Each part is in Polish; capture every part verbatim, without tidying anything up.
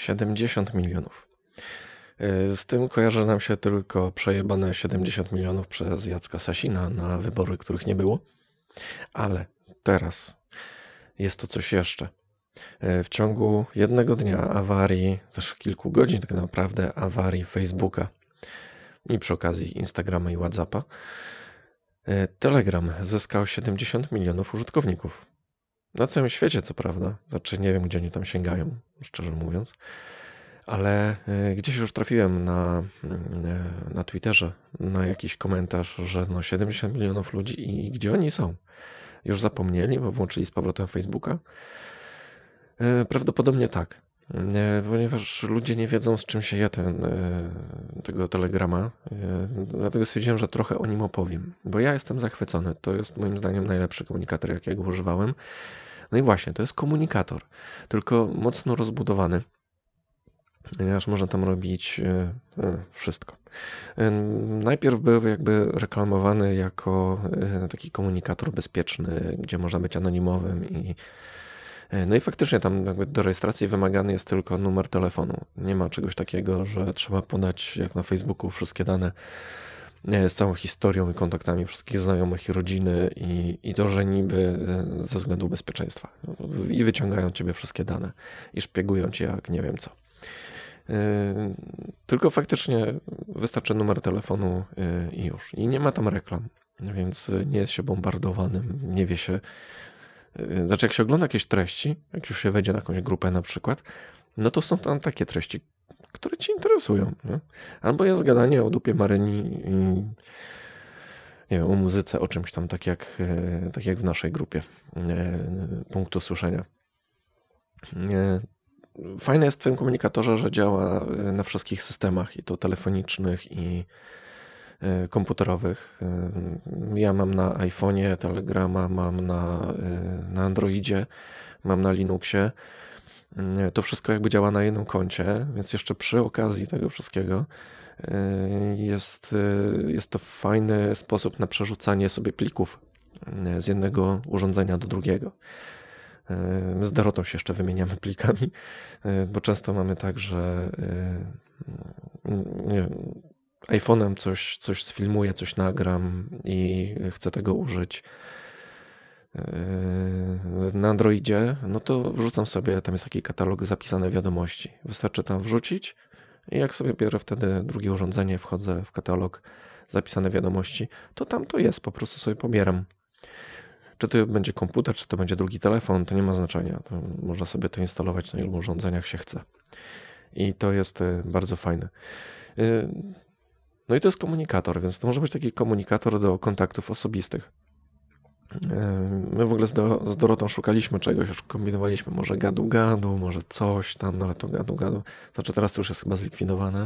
siedemdziesiąt milionów. Z tym kojarzy nam się tylko przejebane siedemdziesiąt milionów przez Jacka Sasina na wybory, których nie było. Ale teraz jest to coś jeszcze. W ciągu jednego dnia awarii, też kilku godzin tak naprawdę awarii Facebooka i przy okazji Instagrama i WhatsAppa, Telegram zyskał siedemdziesiąt milionów użytkowników. Na całym świecie, co prawda. Znaczy nie wiem, gdzie oni tam sięgają, szczerze mówiąc. Ale gdzieś już trafiłem na, na Twitterze na jakiś komentarz, że no siedemdziesiąt milionów ludzi i gdzie oni są? Już zapomnieli, bo włączyli z powrotem Facebooka? Prawdopodobnie tak. Ponieważ ludzie nie wiedzą, z czym się je ten, tego Telegrama. Dlatego stwierdziłem, że trochę o nim opowiem. Bo ja jestem zachwycony. To jest moim zdaniem najlepszy komunikator, jakiego używałem. No i właśnie, to jest komunikator. Tylko mocno rozbudowany. Ponieważ można tam robić wszystko. Najpierw był jakby reklamowany jako taki komunikator bezpieczny, gdzie można być anonimowym i no i faktycznie tam jakby do rejestracji wymagany jest tylko numer telefonu. Nie ma czegoś takiego, że trzeba podać jak na Facebooku wszystkie dane z całą historią i kontaktami wszystkich znajomych i rodziny i, i to, że niby ze względu bezpieczeństwa. I wyciągają ciebie wszystkie dane i szpiegują cię jak nie wiem co. Tylko faktycznie wystarczy numer telefonu i już. I nie ma tam reklam, więc nie jest się bombardowanym, nie wie się. Znaczy jak się ogląda jakieś treści, jak już się wejdzie na jakąś grupę na przykład, no to są tam takie treści, które ci interesują. Nie? Albo jest gadanie o dupie Maryni i nie wiem, o muzyce, o czymś tam, tak jak, tak jak w naszej grupie punktu słyszenia. Fajne jest w tym komunikatorze, że działa na wszystkich systemach, i to telefonicznych, i komputerowych. Ja mam na iPhone'ie Telegrama, mam na, na Androidzie, mam na Linuxie. To wszystko jakby działa na jednym koncie, więc jeszcze przy okazji tego wszystkiego jest, jest to fajny sposób na przerzucanie sobie plików z jednego urządzenia do drugiego. My z Dorotą się jeszcze wymieniamy plikami, bo często mamy tak, że nie wiem, iPhone'em coś, coś sfilmuję, coś nagram i chcę tego użyć na Androidzie, no to wrzucam sobie, tam jest taki katalog zapisane wiadomości. Wystarczy tam wrzucić i jak sobie biorę wtedy drugie urządzenie, wchodzę w katalog zapisane wiadomości, to tam to jest, po prostu sobie pobieram. Czy to będzie komputer, czy to będzie drugi telefon, to nie ma znaczenia. To można sobie to instalować na ilu urządzeniach się chce. I to jest bardzo fajne. No i to jest komunikator, więc to może być taki komunikator do kontaktów osobistych. My w ogóle z, do, z Dorotą szukaliśmy czegoś, już kombinowaliśmy, może gadu-gadu, może coś tam, no ale to gadu-gadu. Znaczy teraz to już jest chyba zlikwidowane.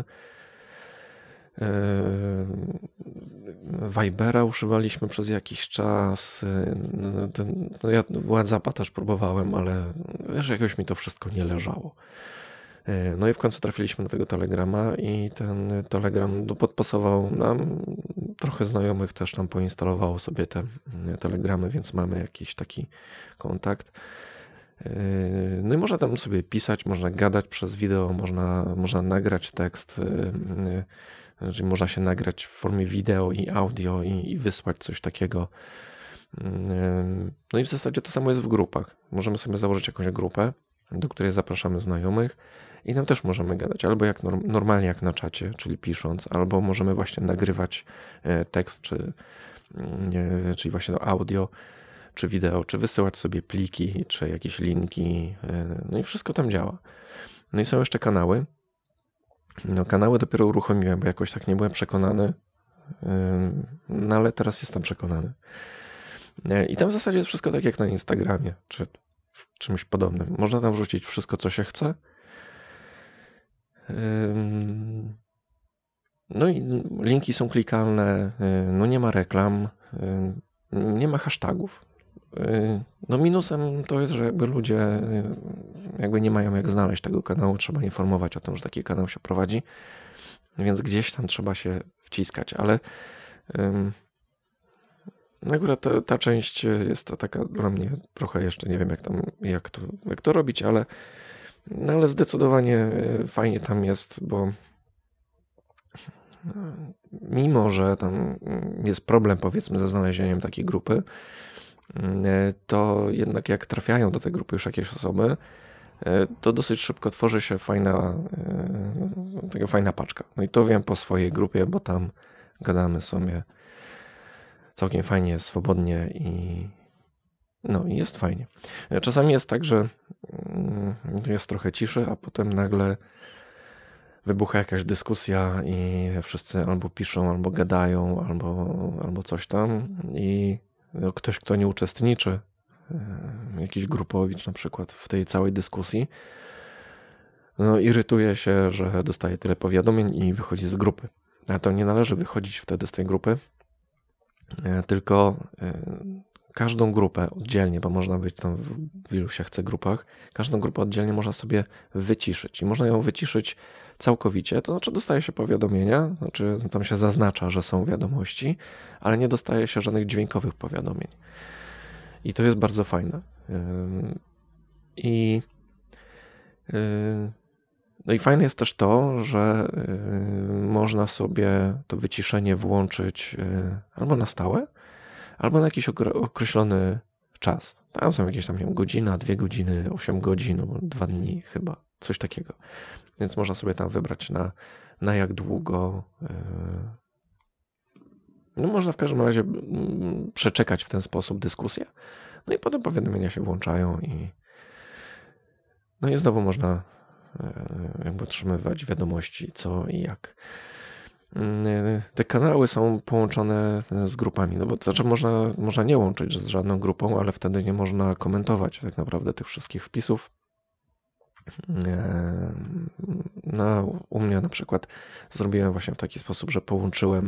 Vibera używaliśmy przez jakiś czas. Ten, no ja WhatsAppa też próbowałem, ale wiesz, jakoś mi to wszystko nie leżało. No i w końcu trafiliśmy do tego Telegrama i ten Telegram podpasował nam. Trochę znajomych też tam poinstalowało sobie te Telegramy, więc mamy jakiś taki kontakt. No i można tam sobie pisać, można gadać przez wideo, można, można nagrać tekst, czyli można się nagrać w formie wideo i audio i, i wysłać coś takiego. No i w zasadzie to samo jest w grupach. Możemy sobie założyć jakąś grupę, do której zapraszamy znajomych i tam też możemy gadać, albo jak norm- normalnie jak na czacie, czyli pisząc, albo możemy właśnie nagrywać tekst, czy, czyli właśnie do audio, czy wideo, czy wysyłać sobie pliki, czy jakieś linki, no i wszystko tam działa. No i są jeszcze kanały. No kanały dopiero uruchomiłem, bo jakoś tak nie byłem przekonany, no ale teraz jestem przekonany. I tam w zasadzie jest wszystko tak jak na Instagramie, czy w czymś podobnym. Można tam wrzucić wszystko, co się chce. No i linki są klikalne, no nie ma reklam, nie ma hashtagów. No minusem to jest, że jakby ludzie jakby nie mają jak znaleźć tego kanału, trzeba informować o tym, że taki kanał się prowadzi, więc gdzieś tam trzeba się wciskać, ale no akurat ta, ta część jest to taka dla mnie trochę jeszcze nie wiem jak tam, jak to, jak to robić, ale No ale zdecydowanie fajnie tam jest, bo mimo, że tam jest problem, powiedzmy, ze znalezieniem takiej grupy, to jednak jak trafiają do tej grupy już jakieś osoby, to dosyć szybko tworzy się fajna, taka fajna paczka. No i to wiem po swojej grupie, bo tam gadamy sobie całkiem fajnie, swobodnie i no i jest fajnie. Czasami jest tak, że jest trochę ciszy, a potem nagle wybucha jakaś dyskusja i wszyscy albo piszą, albo gadają, albo, albo coś tam i no, ktoś, kto nie uczestniczy, jakiś grupowicz na przykład w tej całej dyskusji, no irytuje się, że dostaje tyle powiadomień i wychodzi z grupy. A to nie należy wychodzić wtedy z tej grupy, tylko każdą grupę oddzielnie, bo można być tam w ilu się chce grupach, każdą grupę oddzielnie można sobie wyciszyć i można ją wyciszyć całkowicie, to znaczy dostaje się powiadomienia, znaczy tam się zaznacza, że są wiadomości, ale nie dostaje się żadnych dźwiękowych powiadomień. I to jest bardzo fajne. I no i fajne jest też to, że można sobie to wyciszenie włączyć albo na stałe, albo na jakiś określony czas. Tam są jakieś tam, nie wiem, godzina, dwie godziny, osiem godzin, albo dwa dni chyba, coś takiego. Więc można sobie tam wybrać na, na jak długo. No można w każdym razie przeczekać w ten sposób dyskusję. No i potem powiadomienia się włączają i no i znowu można jakby otrzymywać wiadomości co i jak. Te kanały są połączone z grupami, no bo to znaczy można, można nie łączyć z żadną grupą, ale wtedy nie można komentować tak naprawdę tych wszystkich wpisów. No, u mnie na przykład zrobiłem właśnie w taki sposób, że połączyłem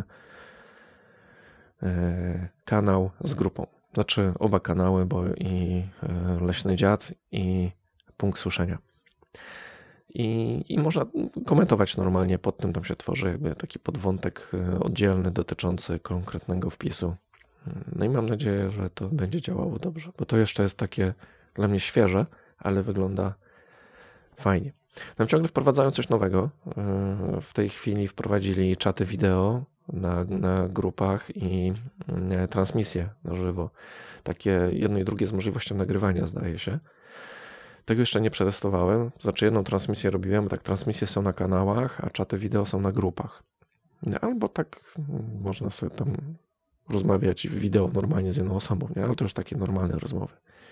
kanał z grupą. Znaczy oba kanały, bo i Leśny Dziad i Punkt Słyszenia. I, I można komentować normalnie, pod tym tam się tworzy jakby taki podwątek oddzielny dotyczący konkretnego wpisu. No i mam nadzieję, że to będzie działało dobrze, bo to jeszcze jest takie dla mnie świeże, ale wygląda fajnie. Nam ciągle wprowadzają coś nowego. W tej chwili wprowadzili czaty wideo na, na grupach i transmisje na żywo. Takie jedno i drugie z możliwością nagrywania, zdaje się. Tego jeszcze nie przetestowałem. Znaczy jedną transmisję robiłem, tak transmisje są na kanałach, a czaty wideo są na grupach. Albo tak można sobie tam rozmawiać w wideo normalnie z jedną osobą, nie? Ale to już takie normalne rozmowy.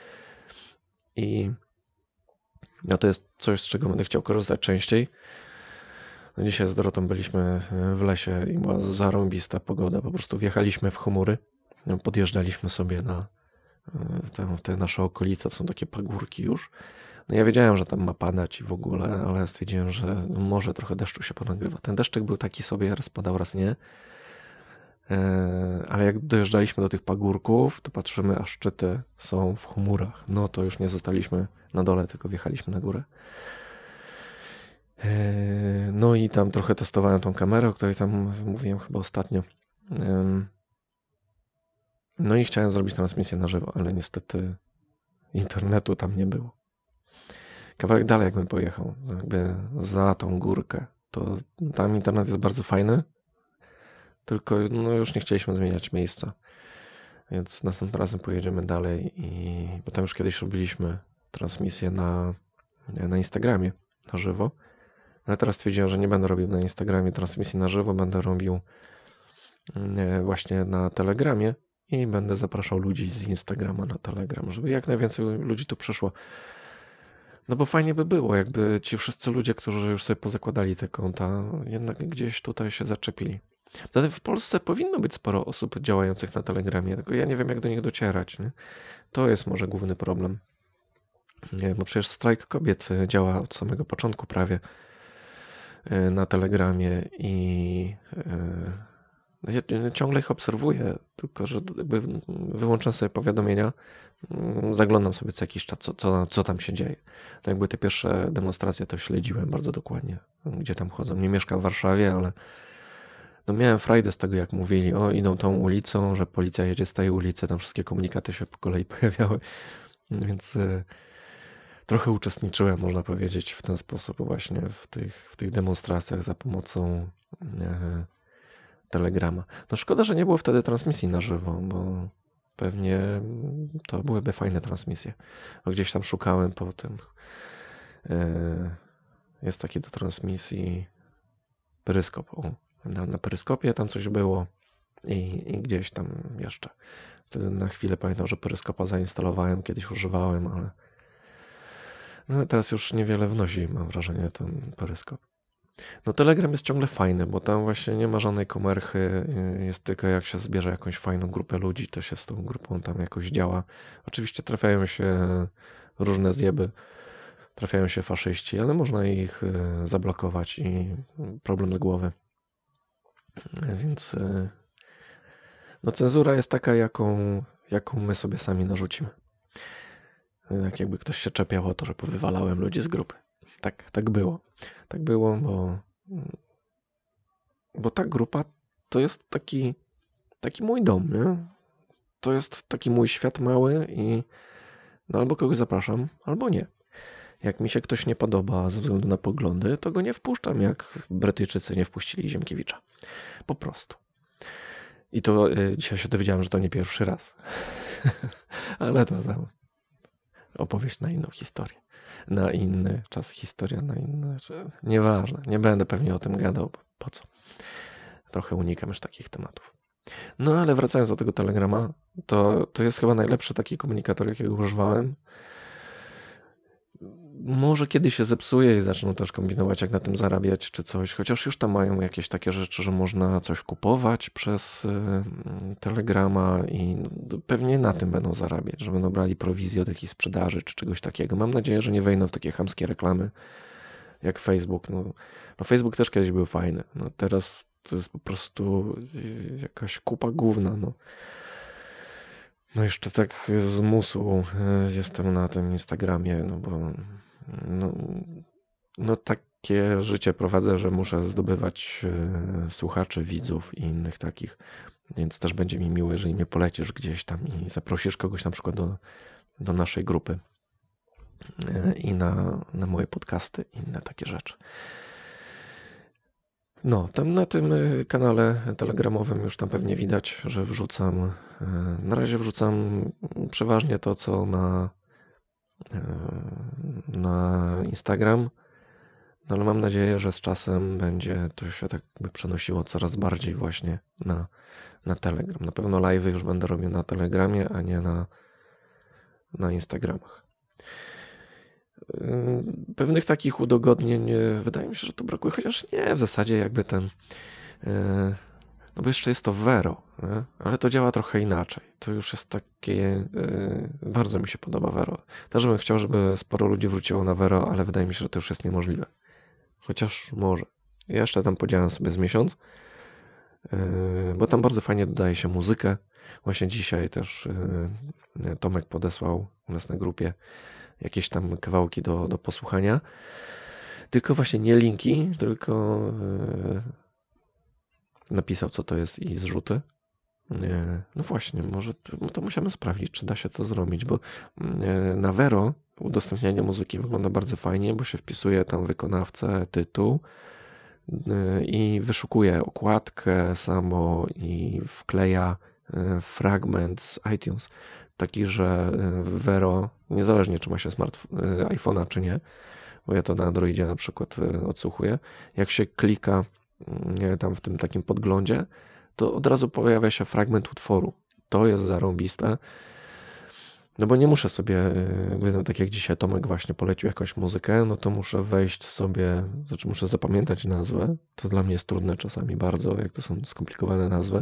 I no to jest coś, z czego będę chciał korzystać częściej. No dzisiaj z Dorotą byliśmy w lesie i była zarąbista pogoda. Po prostu wjechaliśmy w chmury. Podjeżdżaliśmy sobie na te, te nasze okolice. To są takie pagórki już. No ja wiedziałem, że tam ma padać i w ogóle, ale stwierdziłem, że może trochę deszczu się ponagrywa. Ten deszczyk był taki sobie, raz padał, raz nie. Ale jak dojeżdżaliśmy do tych pagórków, to patrzymy, a szczyty są w chmurach. No to już nie zostaliśmy na dole, tylko wjechaliśmy na górę. No i tam trochę testowałem tą kamerę, o której tam mówiłem chyba ostatnio. No i chciałem zrobić transmisję na żywo, ale niestety internetu tam nie było. Kawałek dalej jakbym pojechał, jakby za tą górkę, to tam internet jest bardzo fajny, tylko no już nie chcieliśmy zmieniać miejsca, więc następnym razem pojedziemy dalej i bo tam już kiedyś robiliśmy transmisję na, na Instagramie na żywo, ale teraz stwierdziłem, że nie będę robił na Instagramie transmisji na żywo, będę robił właśnie na Telegramie i będę zapraszał ludzi z Instagrama na Telegram, żeby jak najwięcej ludzi tu przyszło. No bo fajnie by było, jakby ci wszyscy ludzie, którzy już sobie pozakładali te konta, jednak gdzieś tutaj się zaczepili. Zatem w Polsce powinno być sporo osób działających na Telegramie, tylko ja nie wiem, jak do nich docierać. Nie? To jest może główny problem. Nie, bo przecież strajk kobiet działa od samego początku prawie na Telegramie i ja ciągle ich obserwuję, tylko że jakby wyłączam sobie powiadomienia, zaglądam sobie co jakiś czas, co, co, co tam się dzieje. To jakby te pierwsze demonstracje to śledziłem bardzo dokładnie, gdzie tam chodzą. Nie mieszkam w Warszawie, ale no miałem frajdę z tego, jak mówili, o idą tą ulicą, że policja jedzie z tej ulicy, tam wszystkie komunikaty się po kolei pojawiały, więc trochę uczestniczyłem, można powiedzieć, w ten sposób właśnie w tych, w tych demonstracjach za pomocą e, Telegrama. No szkoda, że nie było wtedy transmisji na żywo, bo pewnie to byłyby fajne transmisje. Bo gdzieś tam szukałem po tym. E, jest taki do transmisji Peryskop. O, na, na Peryskopie tam coś było i, i gdzieś tam jeszcze. Wtedy na chwilę pamiętam, że Peryskopa zainstalowałem, kiedyś używałem, ale no teraz już niewiele wnosi, mam wrażenie, ten Peryskop. No Telegram jest ciągle fajny, bo tam właśnie nie ma żadnej komerchy, jest tylko jak się zbierze jakąś fajną grupę ludzi, to się z tą grupą tam jakoś działa. Oczywiście trafiają się różne zjeby, trafiają się faszyści, ale można ich zablokować i problem z głowy. Więc no cenzura jest taka, jaką, jaką my sobie sami narzucimy. Tak jakby ktoś się czepiał o to, że powywalałem ludzi z grupy. Tak, tak było. Tak było, bo, bo ta grupa to jest taki, taki mój dom, nie? To jest taki mój świat mały i no albo kogoś zapraszam, albo nie. Jak mi się ktoś nie podoba ze względu na poglądy, to go nie wpuszczam, jak Brytyjczycy nie wpuścili Ziemkiewicza. Po prostu. I to y, dzisiaj się dowiedziałem, że to nie pierwszy raz. Ale to tam opowieść na inną historię. Na inny czas, historia na inny... Nieważne, nie będę pewnie o tym gadał, bo po co? Trochę unikam już takich tematów. No ale wracając do tego Telegrama, to, to jest chyba najlepszy taki komunikator, jakiego używałem. Może kiedy się zepsuje i zaczną też kombinować, jak na tym zarabiać czy coś, chociaż już tam mają jakieś takie rzeczy, że można coś kupować przez y, Telegrama i no, pewnie na tym będą zarabiać, że będą brali prowizję od jakiejś sprzedaży czy czegoś takiego. Mam nadzieję, że nie wejdą w takie chamskie reklamy jak Facebook. No, no Facebook też kiedyś był fajny, no teraz to jest po prostu y, jakaś kupa gówna, no. No jeszcze tak z musu y, jestem na tym Instagramie, no bo No, no takie życie prowadzę, że muszę zdobywać e, słuchaczy, widzów i innych takich, więc też będzie mi miło, jeżeli mnie polecisz gdzieś tam i zaprosisz kogoś na przykład do, do naszej grupy e, i na, na moje podcasty i inne takie rzeczy. No, tam na tym kanale telegramowym już tam pewnie widać, że wrzucam, e, na razie wrzucam przeważnie to, co na na Instagram, no ale mam nadzieję, że z czasem będzie to się tak jakby przenosiło coraz bardziej właśnie na, na Telegram. Na pewno live'y już będę robił na Telegramie, a nie na, na Instagramach. Pewnych takich udogodnień wydaje mi się, że tu brakuje, chociaż nie, w zasadzie jakby ten no bo jeszcze jest to Vero, nie? Ale to działa trochę inaczej. To już jest takie... Yy, bardzo mi się podoba Vero. Też bym chciał, żeby sporo ludzi wróciło na Vero, ale wydaje mi się, że to już jest niemożliwe. Chociaż może. Ja jeszcze tam podziałam sobie z miesiąc, yy, bo tam bardzo fajnie dodaje się muzykę. Właśnie dzisiaj też yy, Tomek podesłał u nas na grupie jakieś tam kawałki do, do posłuchania. Tylko właśnie nie linki, tylko... Yy, napisał, co to jest i zrzuty. No właśnie, może to, to musimy sprawdzić, czy da się to zrobić, bo na Vero udostępnianie muzyki wygląda bardzo fajnie, bo się wpisuje tam wykonawcę, tytuł i wyszukuje okładkę samo i wkleja fragment z iTunes. Taki, że Vero, niezależnie czy ma się smart iPhone'a czy nie, bo ja to na Androidzie na przykład odsłuchuję, jak się klika tam w tym takim podglądzie, to od razu pojawia się fragment utworu. To jest zarąbiste. No bo nie muszę sobie, gdy tak jak dzisiaj Tomek właśnie polecił jakąś muzykę, no to muszę wejść sobie, znaczy muszę zapamiętać nazwę. To dla mnie jest trudne czasami bardzo, jak to są skomplikowane nazwy.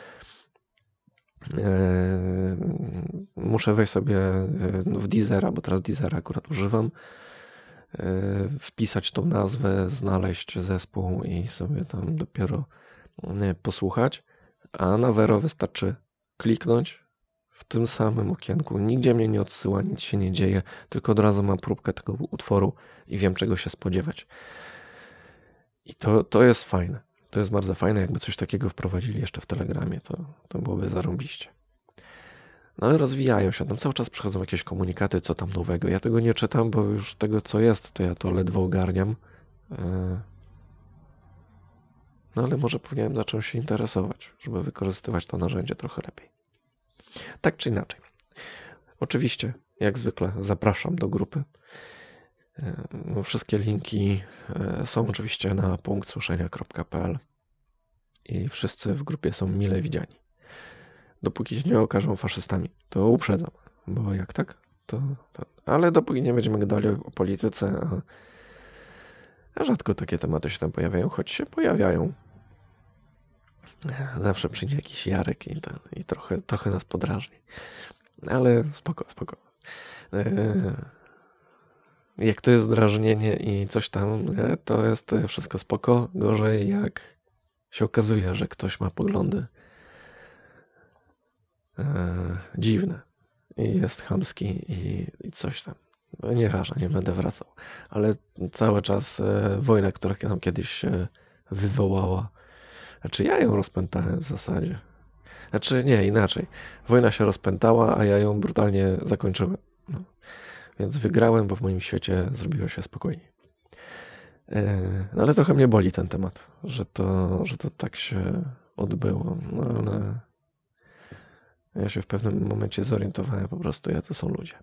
Eee, muszę wejść sobie w Deezera, bo teraz Deezera akurat używam, wpisać tą nazwę, znaleźć zespół i sobie tam dopiero posłuchać, a na Vero wystarczy kliknąć w tym samym okienku. Nigdzie mnie nie odsyła, nic się nie dzieje, tylko od razu mam próbkę tego utworu i wiem, czego się spodziewać. I to, to jest fajne. To jest bardzo fajne, jakby coś takiego wprowadzili jeszcze w Telegramie, to, to byłoby zarąbiście. No ale rozwijają się, tam cały czas przychodzą jakieś komunikaty, co tam nowego. Ja tego nie czytam, bo już tego, co jest, to ja to ledwo ogarniam. No ale może powinienem zacząć się interesować, żeby wykorzystywać to narzędzie trochę lepiej. Tak czy inaczej. Oczywiście, jak zwykle, zapraszam do grupy. Wszystkie linki są oczywiście na punkt słyszenia kropka pe el i wszyscy w grupie są mile widziani. Dopóki się nie okażą faszystami, to uprzedzam, bo jak tak, to, to... Ale dopóki nie będziemy gadali o polityce, a, a rzadko takie tematy się tam pojawiają, choć się pojawiają. Zawsze przyjdzie jakiś Jarek i, to, i trochę, trochę nas podrażni. Ale spoko, spoko. Jak to jest drażnienie i coś tam, nie, to jest wszystko spoko. Gorzej jak się okazuje, że ktoś ma poglądy e, dziwne i jest chamski i, i coś tam. No, nieważne, nie będę wracał. Ale cały czas e, wojna, która tam kiedyś się wywołała, znaczy ja ją rozpętałem w zasadzie. Znaczy nie, inaczej. Wojna się rozpętała, a ja ją brutalnie zakończyłem. No. Więc wygrałem, bo w moim świecie zrobiło się spokojniej. No ale trochę mnie boli ten temat, że to, że to tak się odbyło. No ale ja się w pewnym momencie zorientowałem po prostu, ja to są ludzie.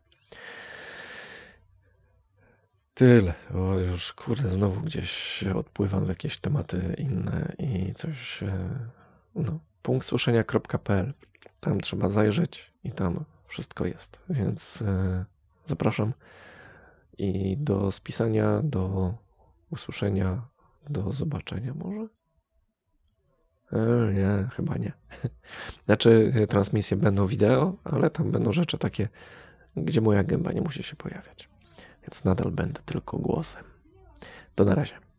Tyle. O, już kurde, znowu gdzieś odpływam w jakieś tematy inne i coś... No, punkt słyszenia kropka pe el. Tam trzeba zajrzeć i tam wszystko jest. Więc e, zapraszam i do spisania, do usłyszenia, do zobaczenia może? E, nie, chyba nie. Znaczy transmisje będą wideo, ale tam będą rzeczy takie, gdzie moja gęba nie musi się pojawiać. Więc nadal będę tylko głosem. To na razie.